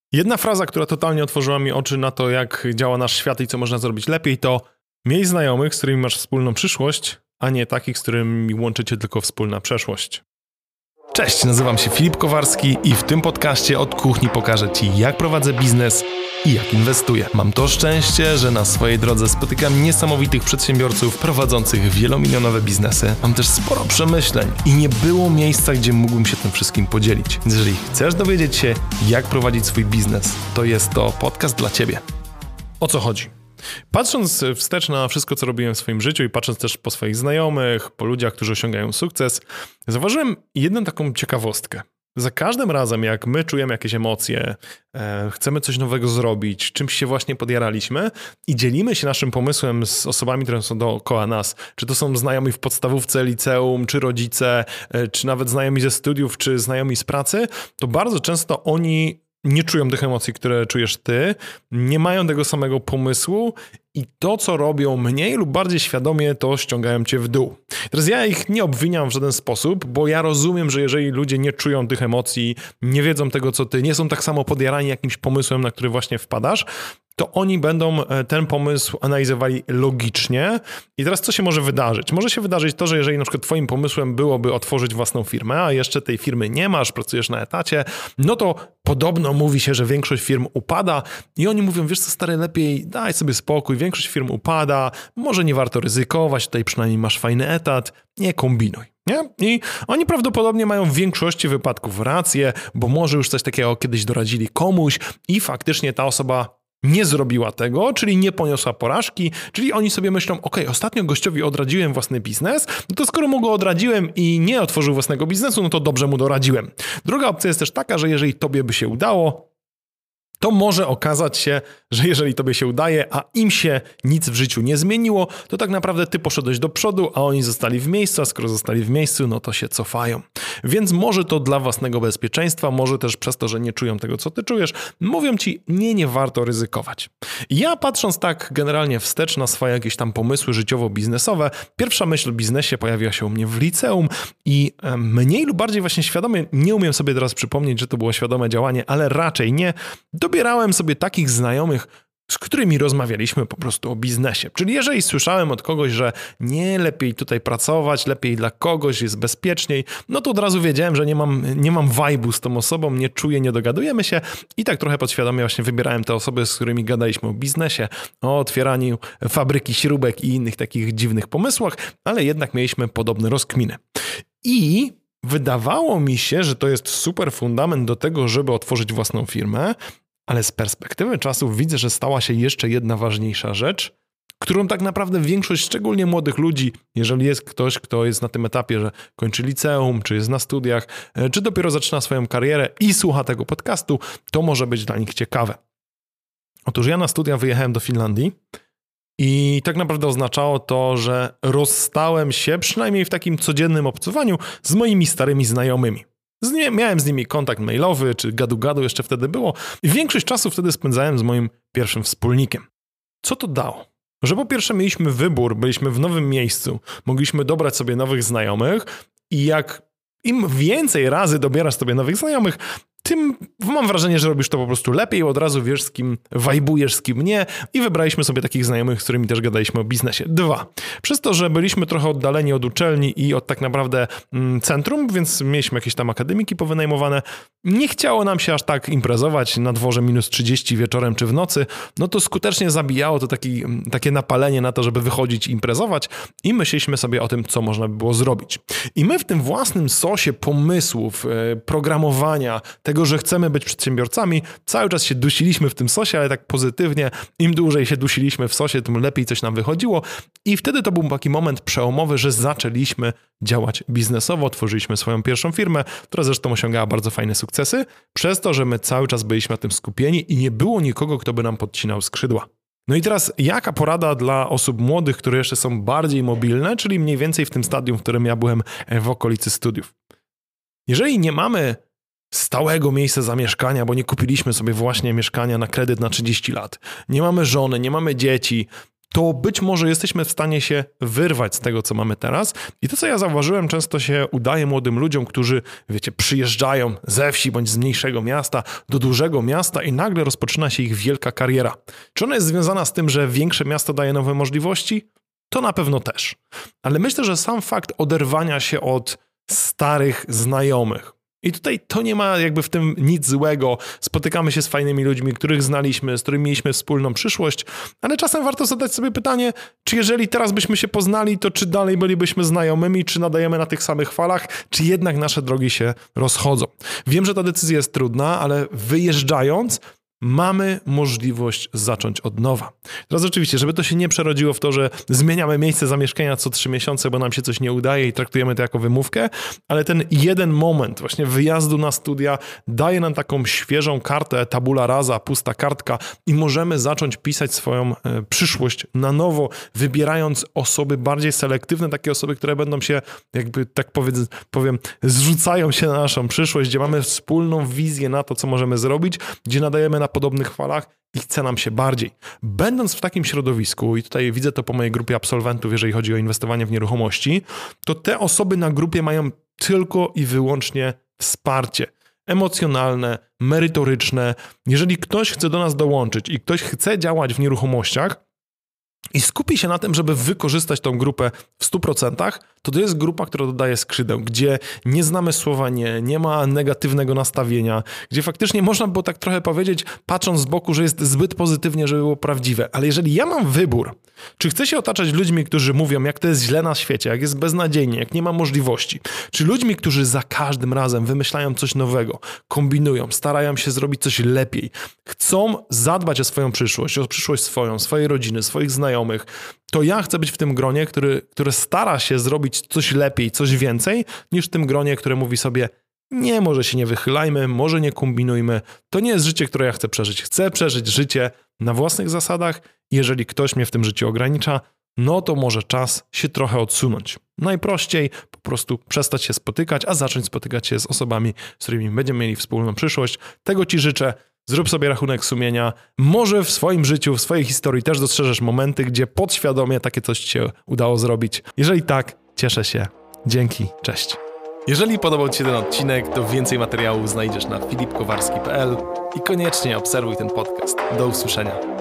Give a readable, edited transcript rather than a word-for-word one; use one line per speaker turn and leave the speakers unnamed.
Jedna fraza, która totalnie otworzyła mi oczy na to, jak działa nasz świat i co można zrobić lepiej, to miej znajomych, z którymi masz wspólną przyszłość, a nie takich, z którymi łączy cię tylko wspólna przeszłość. Cześć, nazywam się Filip Kowarski i w tym podcaście od kuchni pokażę Ci, jak prowadzę biznes i jak inwestuję. Mam to szczęście, że na swojej drodze spotykam niesamowitych przedsiębiorców prowadzących wielomilionowe biznesy. Mam też sporo przemyśleń i nie było miejsca, gdzie mógłbym się tym wszystkim podzielić. Więc jeżeli chcesz dowiedzieć się, jak prowadzić swój biznes, to jest to podcast dla Ciebie. O co chodzi? Patrząc wstecz na wszystko, co robiłem w swoim życiu i patrząc też po swoich znajomych, po ludziach, którzy osiągają sukces, zauważyłem jedną taką ciekawostkę. Za każdym razem, jak my czujemy jakieś emocje, chcemy coś nowego zrobić, czymś się właśnie podjaraliśmy i dzielimy się naszym pomysłem z osobami, które są dookoła nas, czy to są znajomi w podstawówce, liceum, czy rodzice, czy nawet znajomi ze studiów, czy znajomi z pracy, to bardzo często oni nie czują tych emocji, które czujesz ty, nie mają tego samego pomysłu i to, co robią mniej lub bardziej świadomie, to ściągają cię w dół. Teraz ja ich nie obwiniam w żaden sposób, bo ja rozumiem, że jeżeli ludzie nie czują tych emocji, nie wiedzą tego, co ty, nie są tak samo podjarani jakimś pomysłem, na który właśnie wpadasz, to oni będą ten pomysł analizowali logicznie. I teraz co się może wydarzyć? Może się wydarzyć to, że jeżeli na przykład twoim pomysłem byłoby otworzyć własną firmę, a jeszcze tej firmy nie masz, pracujesz na etacie, no to podobno mówi się, że większość firm upada i oni mówią, wiesz co stary, lepiej daj sobie spokój, większość firm upada, może nie warto ryzykować, tutaj przynajmniej masz fajny etat, nie kombinuj. Nie? I oni prawdopodobnie mają w większości wypadków rację, bo może już coś takiego kiedyś doradzili komuś i faktycznie ta osoba nie zrobiła tego, czyli nie poniosła porażki, czyli oni sobie myślą, ostatnio gościowi odradziłem własny biznes, no to skoro mu go odradziłem i nie otworzył własnego biznesu, no to dobrze mu doradziłem. Druga opcja jest też taka, że jeżeli tobie by się udało, to może okazać się, że jeżeli tobie się udaje, a im się nic w życiu nie zmieniło, to tak naprawdę ty poszedłeś do przodu, a oni zostali w miejscu, a skoro zostali w miejscu, no to się cofają. Więc może to dla własnego bezpieczeństwa, może też przez to, że nie czują tego, co ty czujesz, mówią ci, nie warto ryzykować. Ja patrząc tak generalnie wstecz na swoje jakieś tam pomysły życiowo-biznesowe, pierwsza myśl o biznesie pojawiła się u mnie w liceum i mniej lub bardziej właśnie świadomie, nie umiem sobie teraz przypomnieć, że to było świadome działanie, ale raczej nie, dobierałem sobie takich znajomych, z którymi rozmawialiśmy po prostu o biznesie. Czyli jeżeli słyszałem od kogoś, że nie, lepiej tutaj pracować, lepiej dla kogoś, jest bezpieczniej, no to od razu wiedziałem, że nie mam vibe'u z tą osobą, nie czuję, nie dogadujemy się i tak trochę podświadomie właśnie wybierałem te osoby, z którymi gadaliśmy o biznesie, o otwieraniu fabryki śrubek i innych takich dziwnych pomysłach, ale jednak mieliśmy podobne rozkminy. I wydawało mi się, że to jest super fundament do tego, żeby otworzyć własną firmę, ale z perspektywy czasu widzę, że stała się jeszcze jedna ważniejsza rzecz, którą tak naprawdę większość, szczególnie młodych ludzi, jeżeli jest ktoś, kto jest na tym etapie, że kończy liceum, czy jest na studiach, czy dopiero zaczyna swoją karierę i słucha tego podcastu, to może być dla nich ciekawe. Otóż ja na studia wyjechałem do Finlandii i tak naprawdę oznaczało to, że rozstałem się, przynajmniej w takim codziennym obcowaniu, z moimi starymi znajomymi. Miałem z nimi kontakt mailowy, czy gadu-gadu jeszcze wtedy było i większość czasu wtedy spędzałem z moim pierwszym wspólnikiem. Co to dało? Że po pierwsze mieliśmy wybór, byliśmy w nowym miejscu, mogliśmy dobrać sobie nowych znajomych i jak im więcej razy dobierasz sobie nowych znajomych, tym mam wrażenie, że robisz to po prostu lepiej, od razu wiesz, z kim wajbujesz, z kim nie i wybraliśmy sobie takich znajomych, z którymi też gadaliśmy o biznesie. 2. Przez to, że byliśmy trochę oddaleni od uczelni i od tak naprawdę centrum, więc mieliśmy jakieś tam akademiki powynajmowane, nie chciało nam się aż tak imprezować na dworze minus 30 wieczorem czy w nocy, no to skutecznie zabijało to takie napalenie na to, żeby wychodzić i imprezować i myśleliśmy sobie o tym, co można by było zrobić. I my w tym własnym sosie pomysłów, programowania, tego, że chcemy być przedsiębiorcami, cały czas się dusiliśmy w tym sosie, ale tak pozytywnie. Im dłużej się dusiliśmy w sosie, tym lepiej coś nam wychodziło. I wtedy to był taki moment przełomowy, że zaczęliśmy działać biznesowo, otworzyliśmy swoją pierwszą firmę, która zresztą osiągała bardzo fajne sukcesy, przez to, że my cały czas byliśmy na tym skupieni i nie było nikogo, kto by nam podcinał skrzydła. No i teraz jaka porada dla osób młodych, które jeszcze są bardziej mobilne, czyli mniej więcej w tym stadium, w którym ja byłem w okolicy studiów. Jeżeli nie mamy stałego miejsca zamieszkania, bo nie kupiliśmy sobie właśnie mieszkania na kredyt na 30 lat, nie mamy żony, nie mamy dzieci, to być może jesteśmy w stanie się wyrwać z tego, co mamy teraz. I to, co ja zauważyłem, często się udaje młodym ludziom, którzy, przyjeżdżają ze wsi bądź z mniejszego miasta do dużego miasta i nagle rozpoczyna się ich wielka kariera. Czy ona jest związana z tym, że większe miasto daje nowe możliwości? To na pewno też. Ale myślę, że sam fakt oderwania się od starych znajomych, i tutaj to nie ma w tym nic złego. Spotykamy się z fajnymi ludźmi, których znaliśmy, z którymi mieliśmy wspólną przyszłość, ale czasem warto zadać sobie pytanie, czy jeżeli teraz byśmy się poznali, to czy dalej bylibyśmy znajomymi, czy nadajemy na tych samych falach, czy jednak nasze drogi się rozchodzą. Wiem, że ta decyzja jest trudna, ale wyjeżdżając, mamy możliwość zacząć od nowa. Teraz oczywiście, żeby to się nie przerodziło w to, że zmieniamy miejsce zamieszkania co 3 miesiące, bo nam się coś nie udaje i traktujemy to jako wymówkę, ale ten jeden moment właśnie wyjazdu na studia daje nam taką świeżą kartę, tabula rasa, pusta kartka i możemy zacząć pisać swoją przyszłość na nowo, wybierając osoby bardziej selektywne, takie osoby, które będą się, powiem, zrzucają się na naszą przyszłość, gdzie mamy wspólną wizję na to, co możemy zrobić, gdzie nadajemy na podobnych falach i chce nam się bardziej. Będąc w takim środowisku, i tutaj widzę to po mojej grupie absolwentów, jeżeli chodzi o inwestowanie w nieruchomości, to te osoby na grupie mają tylko i wyłącznie wsparcie emocjonalne, merytoryczne. Jeżeli ktoś chce do nas dołączyć i ktoś chce działać w nieruchomościach i skupi się na tym, żeby wykorzystać tą grupę w 100%, to jest grupa, która dodaje skrzydeł, gdzie nie znamy słowa nie ma negatywnego nastawienia, gdzie faktycznie można było tak trochę powiedzieć, patrząc z boku, że jest zbyt pozytywnie, żeby było prawdziwe. Ale jeżeli ja mam wybór, czy chcę się otaczać ludźmi, którzy mówią, jak to jest źle na świecie, jak jest beznadziejnie, jak nie ma możliwości, czy ludźmi, którzy za każdym razem wymyślają coś nowego, kombinują, starają się zrobić coś lepiej, chcą zadbać o swoją przyszłość, o przyszłość swojej rodziny, swoich znajomych, to ja chcę być w tym gronie, które stara się zrobić coś lepiej, coś więcej, niż w tym gronie, które mówi sobie, nie, może się nie wychylajmy, może nie kombinujmy, to nie jest życie, które ja chcę przeżyć. Chcę przeżyć życie na własnych zasadach. Jeżeli ktoś mnie w tym życiu ogranicza, no to może czas się trochę odsunąć. Najprościej po prostu przestać się spotykać, a zacząć spotykać się z osobami, z którymi będziemy mieli wspólną przyszłość. Tego Ci życzę. Zrób sobie rachunek sumienia. Może w swoim życiu, w swojej historii też dostrzeżesz momenty, gdzie podświadomie takie coś Ci się udało zrobić. Jeżeli tak, cieszę się. Dzięki, cześć. Jeżeli podobał Ci się ten odcinek, to więcej materiałów znajdziesz na filipkowarski.pl i koniecznie obserwuj ten podcast. Do usłyszenia.